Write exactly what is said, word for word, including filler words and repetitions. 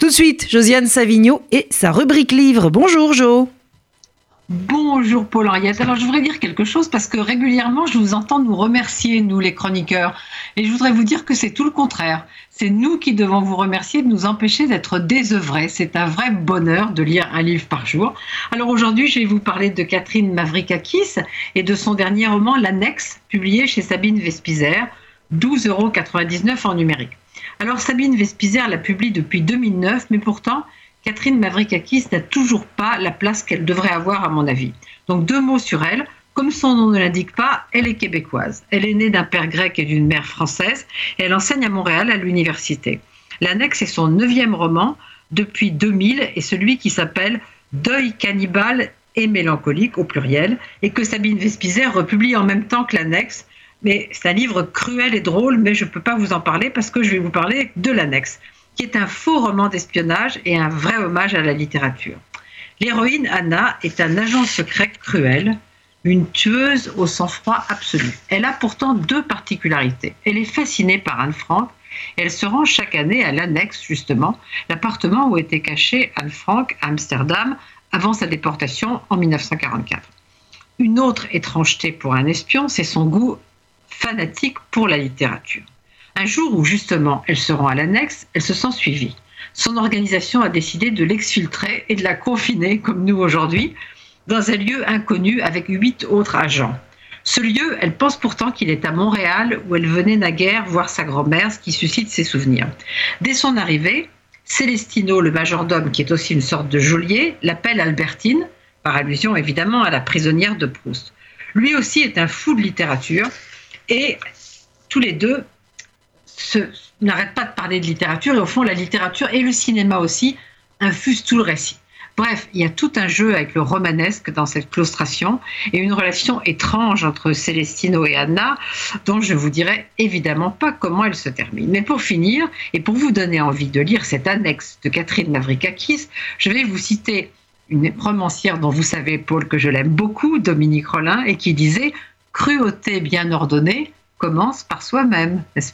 Tout de suite, Josiane Savigno et sa rubrique livre. Bonjour Jo. Bonjour Paul-Henriette. Alors je voudrais dire quelque chose parce que régulièrement je vous entends nous remercier, nous les chroniqueurs. Et je voudrais vous dire que c'est tout le contraire. C'est nous qui devons vous remercier de nous empêcher d'être désœuvrés. C'est un vrai bonheur de lire un livre par jour. Alors aujourd'hui je vais vous parler de Catherine Mavrakakis et de son dernier roman L'Annexe, publié chez Sabine Vespizer, douze euros quatre-vingt-dix-neuf en numérique. Alors Sabine Vespizer la publie depuis deux mille neuf, mais pourtant Catherine Mavrakakis n'a toujours pas la place qu'elle devrait avoir à mon avis. Donc deux mots sur elle. Comme son nom ne l'indique pas, elle est québécoise. Elle est née d'un père grec et d'une mère française et elle enseigne à Montréal à l'université. L'Annexe est son neuvième roman depuis deux mille et celui qui s'appelle Deuil cannibale et mélancolique au pluriel et que Sabine Vespizer republie en même temps que L'Annexe. Mais c'est un livre cruel et drôle, mais je ne peux pas vous en parler parce que je vais vous parler de L'Annexe, qui est un faux roman d'espionnage et un vrai hommage à la littérature. L'héroïne Anna est un agent secret cruel, une tueuse au sang-froid absolu. Elle a pourtant deux particularités. Elle est fascinée par Anne Frank et elle se rend chaque année à l'Annexe, justement, l'appartement où était caché Anne Frank à Amsterdam avant sa déportation en mille neuf cent quarante-quatre. Une autre étrangeté pour un espion, c'est son goût fanatique pour la littérature. Un jour où justement elle se rend à l'Annexe, elle se sent suivie. Son organisation a décidé de l'exfiltrer et de la confiner, comme nous aujourd'hui, dans un lieu inconnu avec huit autres agents. Ce lieu, elle pense pourtant qu'il est à Montréal, où elle venait naguère voir sa grand-mère, ce qui suscite ses souvenirs. Dès son arrivée, Célestino, le majordome, qui est aussi une sorte de geôlier, l'appelle Albertine, par allusion évidemment à la prisonnière de Proust. Lui aussi est un fou de littérature et tous les deux Se, n'arrête pas de parler de littérature et au fond la littérature et le cinéma aussi infusent tout le récit. Bref, il y a tout un jeu avec le romanesque dans cette claustration et une relation étrange entre Celestino et Anna dont je ne vous dirai évidemment pas comment elle se termine. Mais pour finir, et pour vous donner envie de lire cette Annexe de Catherine Mavrakakis, je vais vous citer une romancière dont vous savez, Paul, que je l'aime beaucoup, Dominique Rollin, et qui disait « Cruauté bien ordonnée commence par soi-même », n'est-ce pas ?